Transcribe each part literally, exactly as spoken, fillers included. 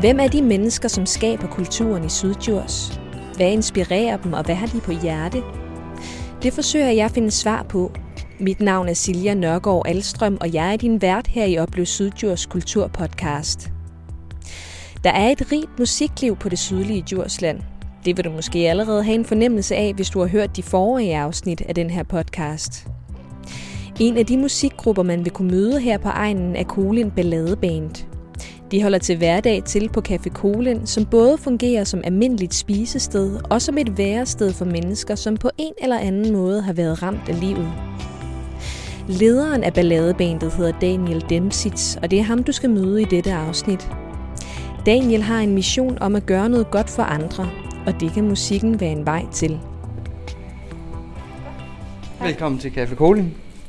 Hvem er de mennesker, som skaber kulturen i Syddjurs? Hvad inspirerer dem, og hvad har de på hjerte? Det forsøger jeg at finde svar på. Mit navn er Silja Nørgaard Alstrøm, og jeg er din vært her i Oplev Syddjurs Kulturpodcast. Der er et rigt musikliv på det sydlige Djursland. Det vil du måske allerede have en fornemmelse af, hvis du har hørt de forrige afsnit af den her podcast. En af de musikgrupper, man vil kunne møde her på egnen, er Kolind Balladeband. De holder til hverdag til på Café Kolind, som både fungerer som almindeligt spisested og som et værested for mennesker, som på en eller anden måde har været ramt af livet. Lederen af balladebandet hedder Daniel Demsitz, og det er ham, du skal møde i dette afsnit. Daniel har en mission om at gøre noget godt for andre, og det kan musikken være en vej til. Velkommen til Café Kolind.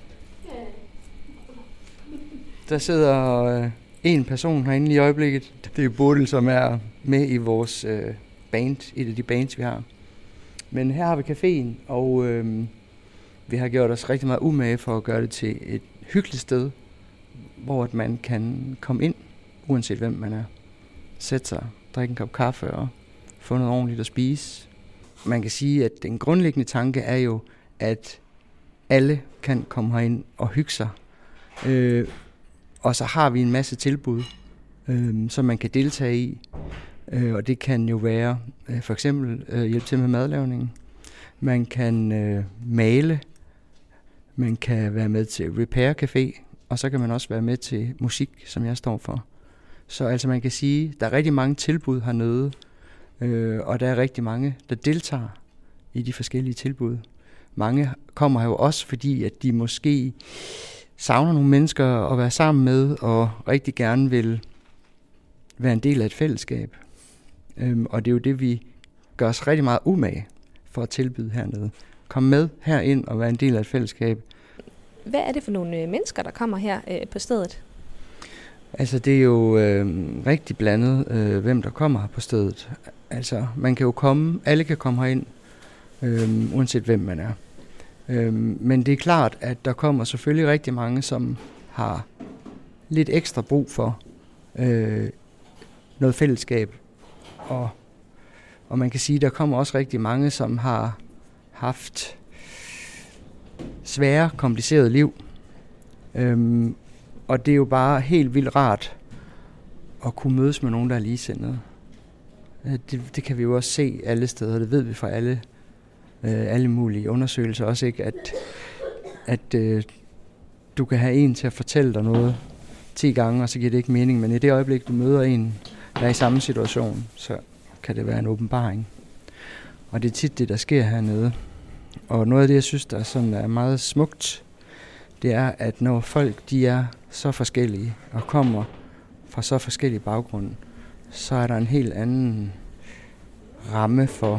Der sidder øh, en person herinde i øjeblikket. Det er Bodil, som er med i vores øh, band, et af de bands, vi har. Men her har vi caféen, og øh, vi har gjort os rigtig meget umage for at gøre det til et hyggeligt sted, hvor man kan komme ind, uanset hvem man er. Sætte sig, drikke en kop kaffe og få noget ordentligt at spise. Man kan sige, at den grundlæggende tanke er jo, at alle kan komme herind og hygge sig. Øh, og så har vi en masse tilbud, øh, som man kan deltage i. Øh, og det kan jo være øh, for eksempel øh, hjælp til med madlavningen. Man kan øh, male. Man kan være med til Repair Café. Og så kan man også være med til musik, som jeg står for. Så altså man kan sige, at der er rigtig mange tilbud hernede. Øh, og der er rigtig mange, der deltager i de forskellige tilbud. Mange kommer jo også, fordi at de måske savner nogle mennesker at være sammen med, og rigtig gerne vil være en del af et fællesskab. Øhm, og det er jo det, vi gør os rigtig meget umage for at tilbyde hernede. Kom med herind og være en del af et fællesskab. Hvad er det for nogle mennesker, der kommer her øh, på stedet? Altså det er jo øh, rigtig blandet, øh, hvem der kommer her på stedet. Altså man kan jo komme, alle kan komme herind, øh, uanset hvem man er. Øhm, men det er klart, at der kommer selvfølgelig rigtig mange, som har lidt ekstra brug for øh, noget fællesskab. Og, og man kan sige, at der kommer også rigtig mange, som har haft svære, komplicerede liv. Øhm, og det er jo bare helt vildt rart at kunne mødes med nogen, der er ligesindede. Det, det kan vi jo også se alle steder, det ved vi fra alle alle mulige undersøgelser også, ikke, at, at øh, du kan have en til at fortælle dig noget ti gange, og så giver det ikke mening, men i det øjeblik, du møder en, der er i samme situation, så kan det være en åbenbaring. Og det er tit det, der sker hernede. Og noget af det, jeg synes, der er, sådan, er meget smukt, det er, at når folk de er så forskellige, og kommer fra så forskellige baggrunde, så er der en helt anden ramme for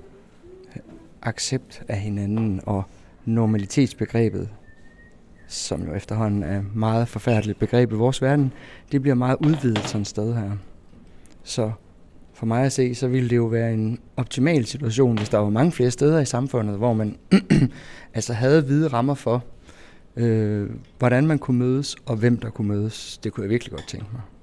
accept af hinanden og normalitetsbegrebet, som jo efterhånden er meget forfærdeligt begreb i vores verden, det bliver meget udvidet sådan et sted her. Så for mig at se, så ville det jo være en optimal situation, hvis der var mange flere steder i samfundet, hvor man altså havde hvide rammer for, øh, hvordan man kunne mødes og hvem der kunne mødes. Det kunne jeg virkelig godt tænke mig.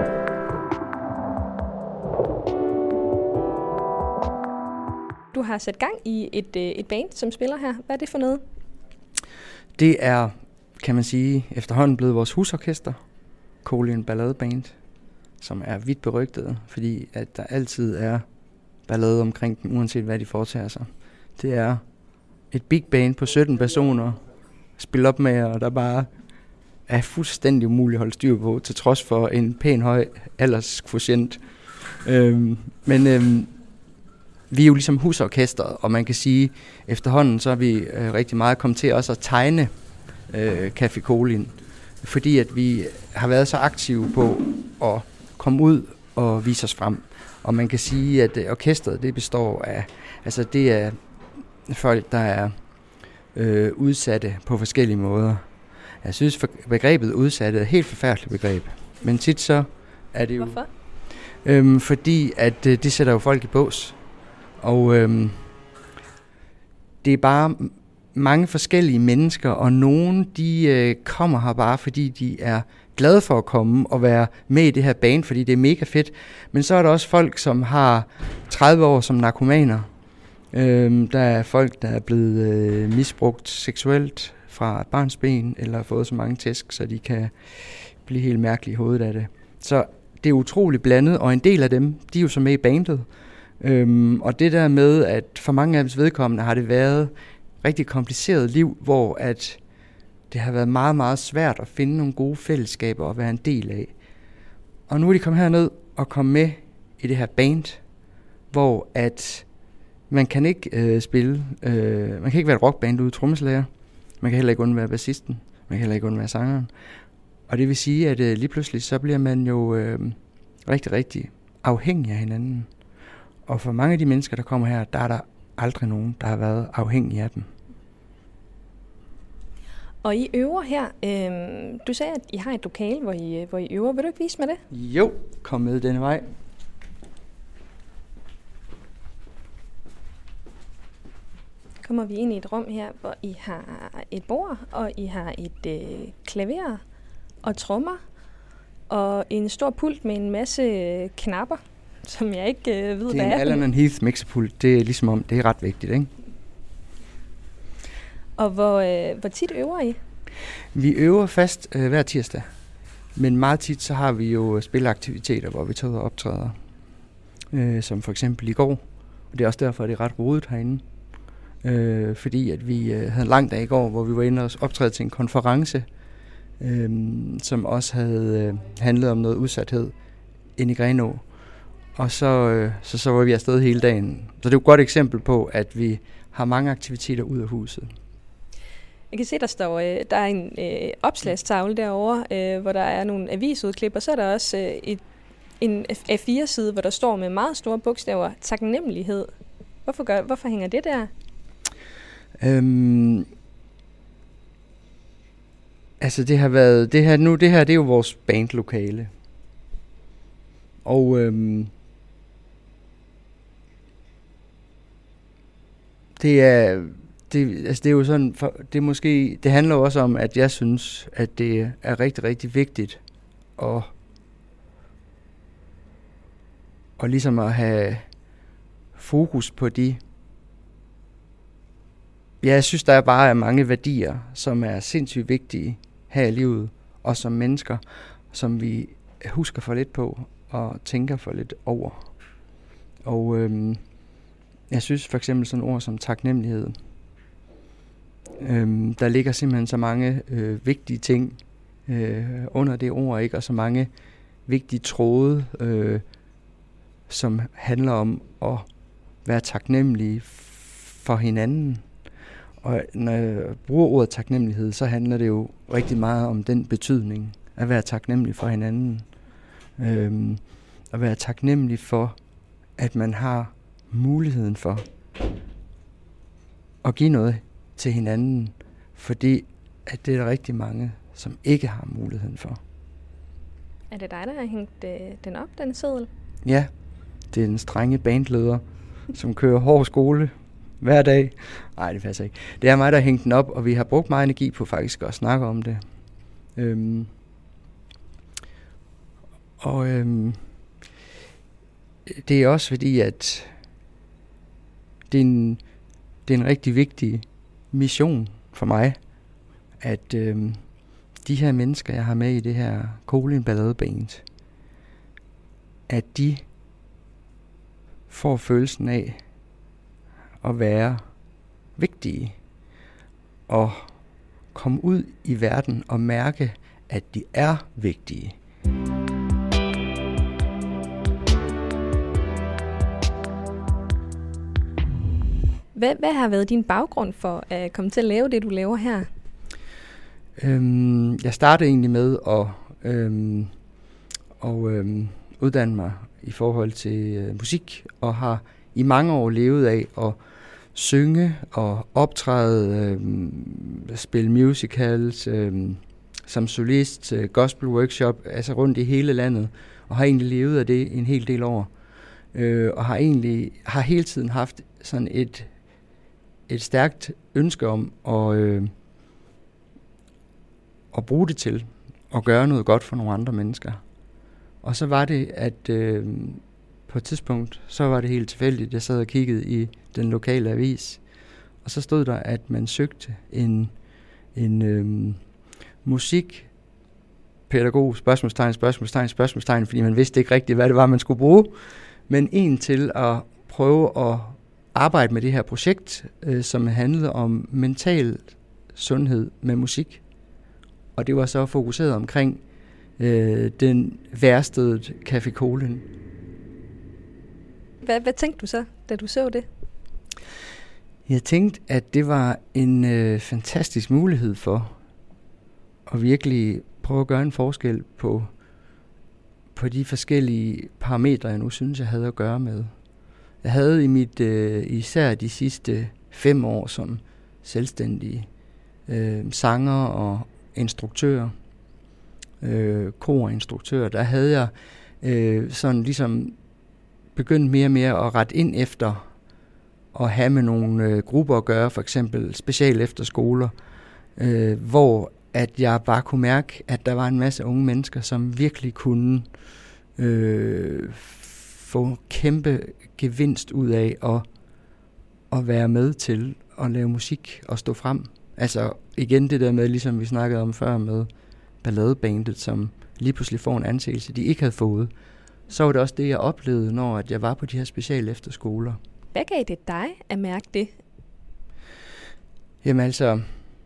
Du har sat gang i et, et band, som spiller her. Hvad er det for noget? Det er, kan man sige, efterhånden blevet vores husorkester, Kolind Balladeband, som er vidt berygtet, fordi at der altid er ballade omkring dem, uanset hvad de foretager sig. Det er et big band på sytten personer, spiller op med, og der bare er fuldstændig umuligt at holde styr på, til trods for en pæn høj alderskvotient. Øhm, men øhm, vi er jo ligesom husorkester, og man kan sige, efterhånden så er vi øh, rigtig meget kommet til også at tegne øh, Café Kolind, fordi at vi har været så aktive på at komme ud og vise os frem. Og man kan sige, at øh, orkestret det består af, altså det er folk, der er øh, udsatte på forskellige måder. Jeg synes, for begrebet udsatte er et helt forfærdeligt begreb, men tit så er det jo... Hvorfor? Øhm, fordi at øh, det sætter jo folk i bås. Og øhm, det er bare mange forskellige mennesker, og nogen de øh, kommer her bare, fordi de er glade for at komme og være med i det her band, fordi det er mega fedt. Men så er der også folk, som har tredive år som narkomaner. Øhm, der er folk, der er blevet øh, misbrugt seksuelt fra et barnsben, eller har fået så mange tæsk, så de kan blive helt mærkelige i hovedet af det. Så det er utroligt blandet, og en del af dem, de er jo så med i bandet. Øhm, og det der med, at for mange af deres vedkommende har det været rigtig kompliceret liv, hvor at det har været meget, meget svært at finde nogle gode fællesskaber at være en del af. Og nu er de kommet herned og kommet med i det her band, hvor at man kan ikke øh, spille, øh, man kan ikke være et rockband uden trommeslager, man kan heller ikke undvære bassisten, man kan heller ikke undvære sangeren. Og det vil sige, at øh, lige pludselig så bliver man jo øh, rigtig, rigtig afhængig af hinanden. Og for mange af de mennesker, der kommer her, der er der aldrig nogen, der har været afhængige af dem. Og I øver her. Øh, du sagde, at I har et lokale, hvor I, hvor I øver. Vil du ikke vise mig det? Jo, kom med denne vej. Kommer vi ind i et rum her, hvor I har et bord, og I har et øh, klaver og trommer, og en stor pult med en masse øh, knapper, som jeg ikke øh, ved, hvad er. Det er en Allen and Heath mixerpult. Det er ligesom om, det er ret vigtigt, ikke? Og hvor, øh, hvor tit øver I? Vi øver fast øh, hver tirsdag. Men meget tit, så har vi jo spilleaktiviteter, hvor vi tager ud og optræder. Øh, som for eksempel i går. Og det er også derfor, at det er ret rodet herinde. Øh, fordi at vi øh, havde en lang dag i går, hvor vi var inde og optræde til en konference, øh, som også havde øh, handlet om noget udsathed inde i Grenaa. Og så, øh, så, så var vi afsted hele dagen. Så det er et godt eksempel på, at vi har mange aktiviteter ud af huset. Jeg kan se, der står, øh, der er en øh, opslagstavle derovre, øh, hvor der er nogle avisudklip, og så er der også øh, et, en A fire side, hvor der står med meget store bogstaver, taknemmelighed. Hvorfor, gør, hvorfor hænger det der? Øhm, altså det har været, det her nu, det her det er jo vores bandlokale. Og øhm, det er det, altså det er jo sådan, for, det er måske, det handler også om, at jeg synes, at det er rigtig, rigtig vigtigt at, og ligesom at have fokus på de. Ja, jeg synes, der er bare mange værdier, som er sindssygt vigtige her i livet, og som mennesker, som vi husker for lidt på og tænker for lidt over. Og øhm, jeg synes for eksempel sådan ord som taknemmelighed. Øhm, der ligger simpelthen så mange øh, vigtige ting øh, under det ord, ikke? Og så mange vigtige tråde, øh, som handler om at være taknemmelige for hinanden. Og når jeg bruger ordet taknemmelighed, så handler det jo rigtig meget om den betydning at være taknemmelig for hinanden. Øhm, at være taknemmelig for, at man har muligheden for at give noget til hinanden, fordi at det er der rigtig mange, som ikke har muligheden for. Er det dig, der har hængt øh, den op, den seddel? Ja, det er den strenge bandleder, som kører hård skole hver dag. Nej, det passer ikke. Det er mig, der har hængt den op, og vi har brugt meget energi på faktisk at snakke om det. Øhm. Og øhm, det er også fordi, at det er, en, det er en rigtig vigtig mission for mig, at øhm, de her mennesker, jeg har med i det her Kolind Balladeband, at de får følelsen af at være vigtige og komme ud i verden og mærke, at de er vigtige. Hvad, hvad har været din baggrund for at komme til at lave det, du laver her? Øhm, jeg startede egentlig med at øhm, og, øhm, uddanne mig i forhold til øh, musik, og har i mange år levet af at synge og optræde, øh, spille musicals, øh, som solist, øh, gospel workshop, altså rundt i hele landet, og har egentlig levet af det en hel del år. Øh, og har egentlig har hele tiden haft sådan et et stærkt ønske om at, øh, at bruge det til at gøre noget godt for nogle andre mennesker. Og så var det, at øh, på et tidspunkt, så var det helt tilfældigt, jeg sad og kiggede i den lokale avis, og så stod der, at man søgte en, en øh, musikpædagog, spørgsmålstegn, spørgsmålstegn, spørgsmålstegn, fordi man vidste ikke rigtigt, hvad det var, man skulle bruge, men en til at prøve at arbejde med det her projekt, øh, som handlede om mental sundhed med musik. Og det var så fokuseret omkring øh, den værstedet Café Kolen. Hvad, hvad tænkte du så, da du så det? Jeg tænkte, at det var en øh, fantastisk mulighed for at virkelig prøve at gøre en forskel på, på de forskellige parametre, jeg nu synes, jeg havde at gøre med. Jeg havde i mit, øh, især de sidste fem år som selvstændig øh, sanger og instruktør, øh, korinstruktør, der havde jeg øh, sådan ligesom begyndt mere og mere at rette ind efter at have med nogle øh, grupper at gøre, for eksempel special efterskoler, øh, hvor at jeg bare kunne mærke, at der var en masse unge mennesker, som virkelig kunne øh, få kæmpe gevinst ud af at, at være med til at lave musik og stå frem. Altså igen det der med, ligesom vi snakkede om før med balladebandet, som lige pludselig får en anseelse, de ikke havde fået. Så var det også det, jeg oplevede, når at jeg var på de her special efterskoler. Hvad gav det dig at mærke det? Jamen altså,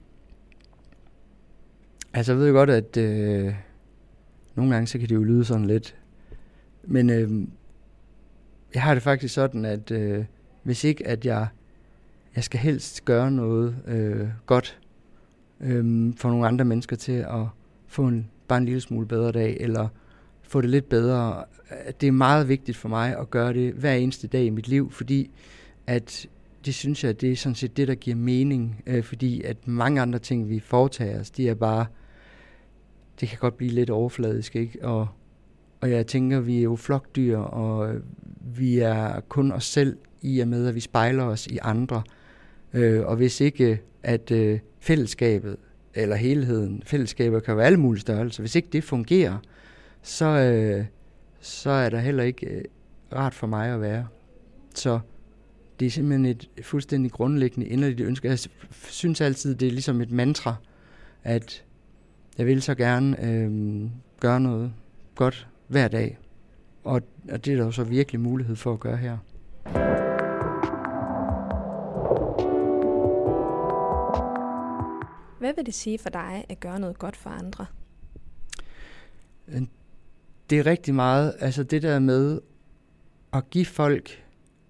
altså jeg ved godt, at øh, nogle gange så kan det jo lyde sådan lidt, men øh, jeg har det faktisk sådan, at øh, hvis ikke at jeg, jeg skal helst gøre noget øh, godt øh, for nogle andre mennesker til at få en, bare en lille smule bedre dag, eller få det lidt bedre. Det er meget vigtigt for mig at gøre det hver eneste dag i mit liv, fordi at det synes jeg, det er sådan set det, der giver mening, øh, fordi at mange andre ting, vi foretager os, de er bare, det kan godt blive lidt overfladisk, ikke? Og, og jeg tænker, vi er jo flokdyr, og vi er kun os selv i og med, at vi spejler os i andre. Øh, og hvis ikke, at øh, fællesskabet, eller helheden, fællesskaber kan være alle mulige størrelser, hvis ikke det fungerer, så, øh, så er der heller ikke øh, rart for mig at være. Så det er simpelthen et fuldstændig grundlæggende inderligt ønske. Jeg synes altid, det er ligesom et mantra, at jeg vil så gerne øh, gøre noget godt hver dag. Og, og det er der jo så virkelig mulighed for at gøre her. Hvad vil det sige for dig at gøre noget godt for andre? Det er rigtig meget, altså det der med at give folk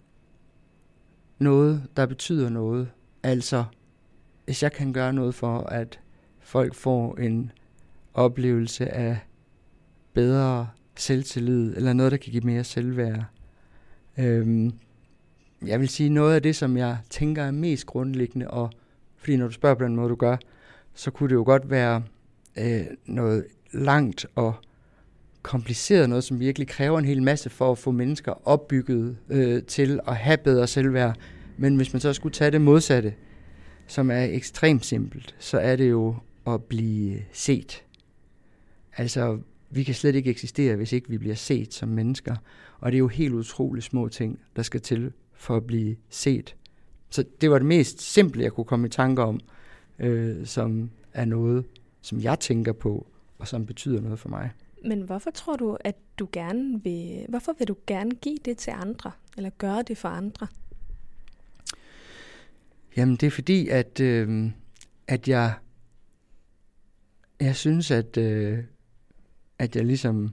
noget, der betyder noget. Altså, hvis jeg kan gøre noget for, at folk får en oplevelse af bedre selvtillid, eller noget, der kan give mere selvværd. Øhm, jeg vil sige, noget af det, som jeg tænker er mest grundlæggende, og fordi når du spørger på den måde, du gør, så kunne det jo godt være øh, noget langt og kompliceret, noget som virkelig kræver en hel masse for at få mennesker opbygget øh, til at have bedre selvværd. Men hvis man så skulle tage det modsatte, som er ekstremt simpelt, så er det jo at blive set. Altså, vi kan slet ikke eksistere, hvis ikke vi bliver set som mennesker. Og det er jo helt utroligt små ting, der skal til for at blive set. Så det var det mest simple, jeg kunne komme i tanker om, øh, som er noget, som jeg tænker på, og som betyder noget for mig. Men hvorfor tror du, at du gerne vil, hvorfor vil du gerne give det til andre, eller gøre det for andre? Jamen, det er fordi, at, øh, at jeg, jeg synes, at, øh, at jeg ligesom,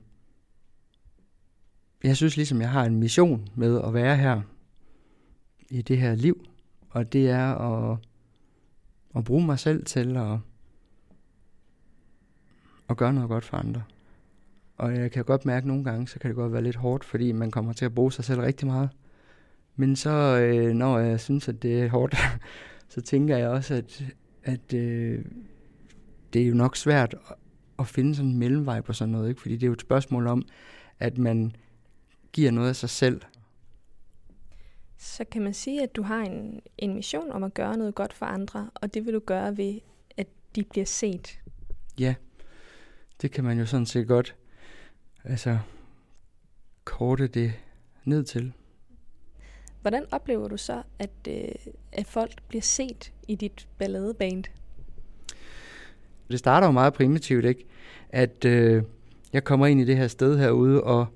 jeg synes ligesom, jeg har en mission med at være her i det her liv, og det er at, at bruge mig selv til at, at gøre noget godt for andre. Og jeg kan godt mærke, at nogle gange, så kan det godt være lidt hårdt, fordi man kommer til at bruge sig selv rigtig meget. Men så, øh, når jeg synes, at det er hårdt, så tænker jeg også, at, at øh, det er jo nok svært at, at finde sådan en mellemvej på sådan noget, ikke? Fordi det er jo et spørgsmål om, at man giver noget af sig selv. Så kan man sige, at du har en, en mission om at gøre noget godt for andre, og det vil du gøre ved, at de bliver set. Ja, det kan man jo sådan set godt altså korte det ned til. Hvordan oplever du så, at, øh, at folk bliver set i dit balladeband? Det starter jo meget primitivt, ikke? At øh, jeg kommer ind i det her sted herude, og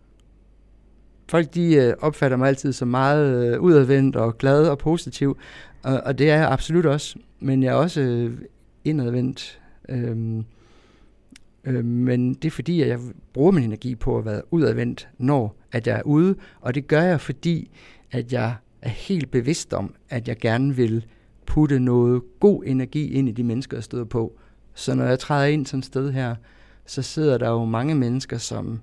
folk de øh, opfatter mig altid som meget øh, udadvendt og glad og positiv, og, og det er jeg absolut også, men jeg er også øh, indadvendt. Øh, øh, men det er fordi, at jeg bruger min energi på at være udadvendt, når at jeg er ude, og det gør jeg, fordi at jeg er helt bevidst om, at jeg gerne vil putte noget god energi ind i de mennesker, jeg støder på. Så når jeg træder ind sådan et sted her, så sidder der jo mange mennesker, som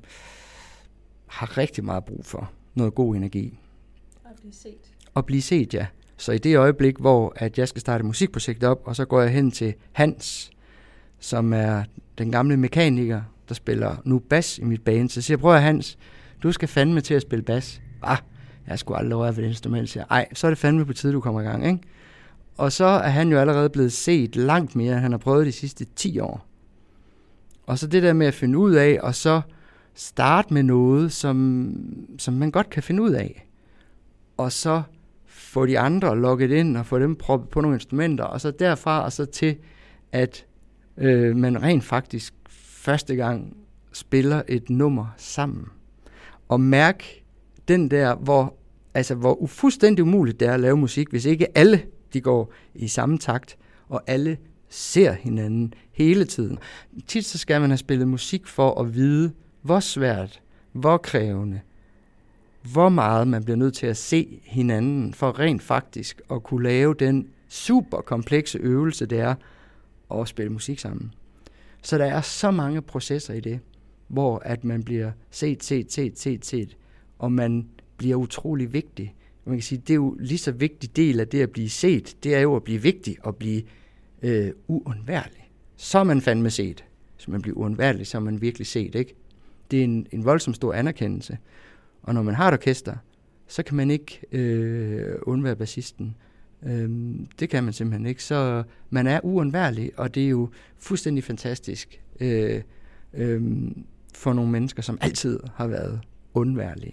har rigtig meget brug for noget god energi. Og blive set. Og blive set, ja. Så i det øjeblik, hvor at jeg skal starte et musikprojekt op, og så går jeg hen til Hans, som er den gamle mekaniker, der spiller nu bas i mit band, så siger jeg, prøv at Hans, du skal fandme til at spille bas. Ah, jeg skulle aldrig røre ved det instrument, siger ej, så er det fandme på tide, du kommer i gang, ikke? Og så er han jo allerede blevet set langt mere, end han har prøvet de sidste ti år. Og så det der med at finde ud af, og så starte med noget, som, som man godt kan finde ud af. Og så få de andre logget ind, og få dem proppet på nogle instrumenter, og så derfra, og så til, at øh, man rent faktisk første gang spiller et nummer sammen. Og mærk den der, hvor, altså, hvor fuldstændig umuligt det er at lave musik, hvis ikke alle de går i samme takt, og alle ser hinanden hele tiden. Tit så skal man have spillet musik for at vide, hvor svært, hvor krævende, hvor meget man bliver nødt til at se hinanden, for rent faktisk at kunne lave den super komplekse øvelse, det er at spille musik sammen. Så der er så mange processer i det, hvor at man bliver set, set, set, set, set, og man bliver utrolig vigtig. Man kan sige, det er jo lige så vigtig del af det at blive set, det er jo at blive vigtig og blive øh, uundværlig. Så er man fandme set. Så man bliver uundværlig, så er man virkelig set, ikke? Det er en, en voldsom stor anerkendelse. Og når man har et orkester, så kan man ikke øh, undvære bassisten. Øhm, det kan man simpelthen ikke. Så man er uundværlig, og det er jo fuldstændig fantastisk øh, øh, for nogle mennesker, som altid har været undværlige.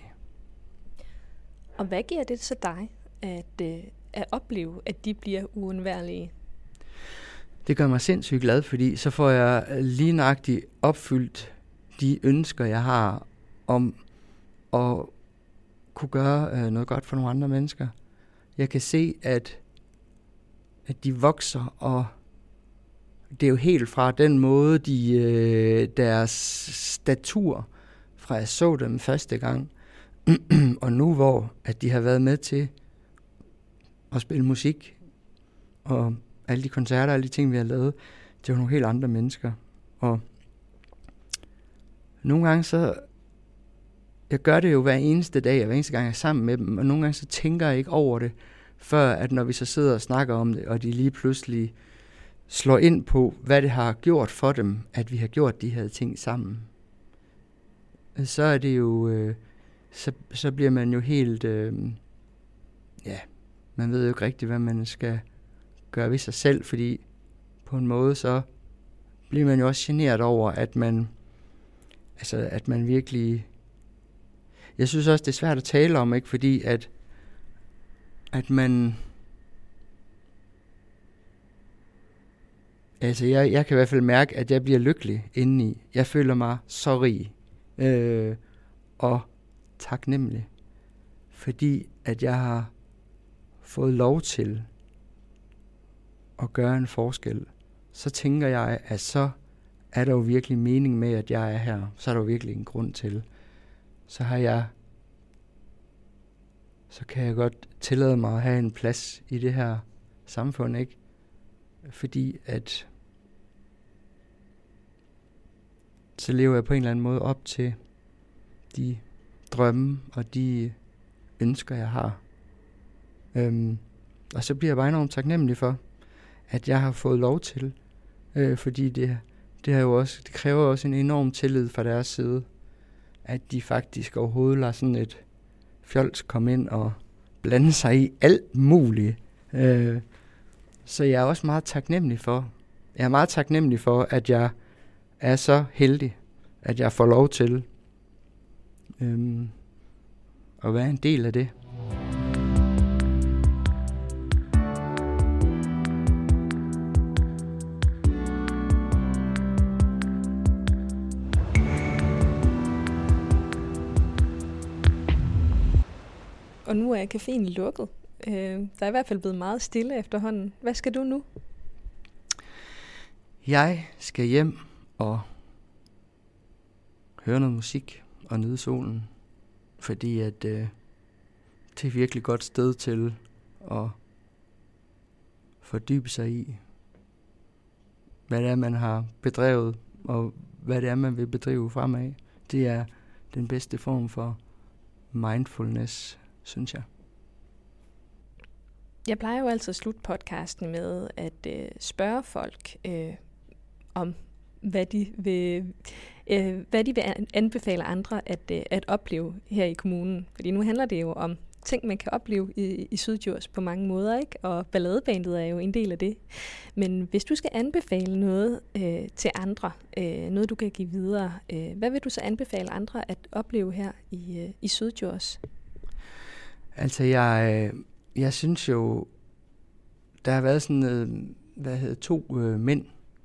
Og hvad giver det så dig, at, øh, at opleve, at de bliver uundværlige? Det gør mig sindssygt glad, fordi så får jeg lige nøjagtigt opfyldt de ønsker, jeg har om at kunne gøre øh, noget godt for nogle andre mennesker. Jeg kan se, at, at de vokser, og det er jo helt fra den måde, de, øh, deres statur, fra jeg så dem første gang, og nu hvor at de har været med til at spille musik, og alle de koncerter, alle de ting, vi har lavet, det er jo nogle helt andre mennesker. Og nogle gange så, jeg gør det jo hver eneste dag, og hver eneste gang jeg er sammen med dem, og nogle gange så tænker jeg ikke over det, før at når vi så sidder og snakker om det, og de lige pludselig slår ind på, hvad det har gjort for dem, at vi har gjort de her ting sammen. Så er det jo, øh, så, så bliver man jo helt, øh, ja, man ved jo ikke rigtigt, hvad man skal gøre ved sig selv, fordi på en måde så bliver man jo også generet over, at man, altså at man virkelig, jeg synes også, det er svært at tale om, ikke, fordi at, at man, altså jeg, jeg kan i hvert fald mærke, at jeg bliver lykkelig indeni. Jeg føler mig så rig øh, og taknemmelig, fordi at jeg har fået lov til at gøre en forskel. Så tænker jeg, at så er der jo virkelig mening med, at jeg er her. Så er der jo virkelig en grund til. Så har jeg, så kan jeg godt tillade mig at have en plads i det her samfund, ikke? Fordi at så lever jeg på en eller anden måde op til de drømme og de ønsker, jeg har. Øhm, og så bliver jeg bare enormt taknemmelig for, at jeg har fået lov til, øh, fordi det, det, har jo også, det kræver også en enorm tillid fra deres side, at de faktisk overhovedet lader sådan et fjols komme ind og blande sig i alt muligt. Øh, så jeg er også meget taknemmelig for, jeg er meget taknemmelig for, at jeg er så heldig, at jeg får lov til øh, at være en del af det. Og nu er caféen lukket. Øh, der er i hvert fald blevet meget stille efterhånden. Hvad skal du nu? Jeg skal hjem og høre noget musik og nyde solen. Fordi at øh, det er et virkelig godt sted til at fordybe sig i, hvad det er, man har bedrevet, og hvad det er, man vil bedrive fremad. Det er den bedste form for mindfulness, synes jeg. Jeg plejer jo altid at slutte podcasten med at øh, spørge folk øh, om, hvad de vil, øh, hvad de vil anbefale andre at, øh, at opleve her i kommunen. Fordi nu handler det jo om ting, man kan opleve i, i Syddjurs på mange måder, ikke? Og Balladebandet er jo en del af det. Men hvis du skal anbefale noget øh, til andre, øh, noget du kan give videre, øh, hvad vil du så anbefale andre at opleve her i, øh, i Syddjurs? Altså, jeg, jeg synes jo, der har været sådan, øh, hvad hedder to øh, mænd,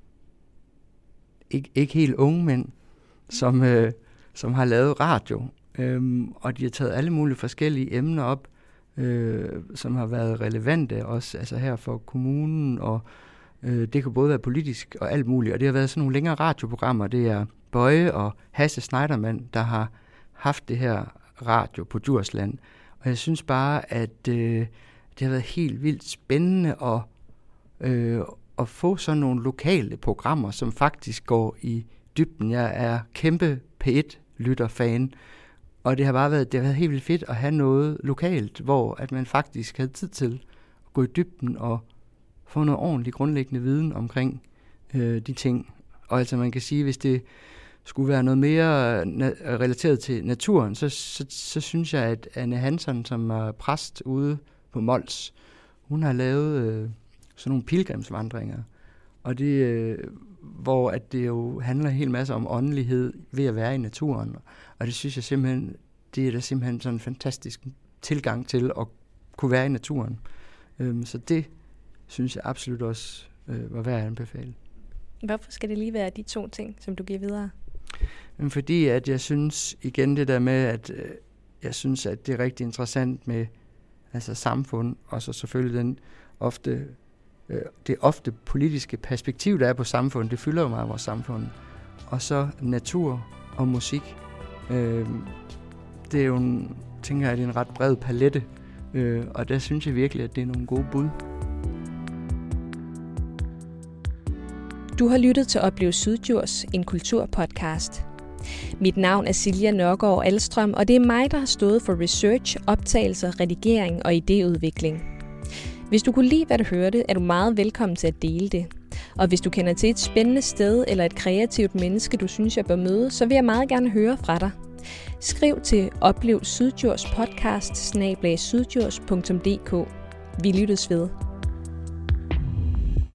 Ik- ikke helt unge mænd, som, øh, som har lavet radio. Øhm, og de har taget alle mulige forskellige emner op, øh, som har været relevante også altså her for kommunen, og øh, det kan både være politisk og alt muligt. Og det har været sådan nogle længere radioprogrammer. Det er Bøje og Hasse Schneiderman, der har haft det her radio på Djursland. Og jeg synes bare, at øh, det har været helt vildt spændende at, øh, at få sådan nogle lokale programmer, som faktisk går i dybden. Jeg er kæmpe P et-lytterfan, og det har bare været, det har været helt vildt fedt at have noget lokalt, hvor at man faktisk havde tid til at gå i dybden og få noget ordentlig grundlæggende viden omkring øh, de ting. Og altså man kan sige, hvis det skulle være noget mere na- relateret til naturen, så, så, så synes jeg, at Anne Hansson, som er præst ude på Mols, hun har lavet øh, sådan nogle pilgrimsvandringer, og det, øh, hvor at det jo handler en hel masse om åndelighed ved at være i naturen, og det synes jeg simpelthen, det er da simpelthen sådan en fantastisk tilgang til at kunne være i naturen. Øhm, så det synes jeg absolut også øh, var værd at anbefale. Hvorfor skal det lige være de to ting, som du giver videre? Men fordi at jeg synes igen det der med, at øh, jeg synes, at det er rigtig interessant med altså samfund, og så selvfølgelig den ofte, øh, det ofte politiske perspektiv, der er på samfundet, det fylder jo meget af vores samfund. Og så natur og musik. Øh, det er jo en, tænker jeg, det er en ret bred palette, øh, og der synes jeg virkelig, at det er nogle gode bud. Du har lyttet til Oplev Syddjurs, en kulturpodcast. Mit navn er Silja Nørgaard Alstrøm, og det er mig, der har stået for research, optagelser, redigering og idéudvikling. Hvis du kunne lide, hvad du hørte, er du meget velkommen til at dele det. Og hvis du kender til et spændende sted eller et kreativt menneske, du synes, jeg bør møde, så vil jeg meget gerne høre fra dig. Skriv til oplev syddjurs podcast snabel-a syddjurs punktum d k. Vi lyttes ved.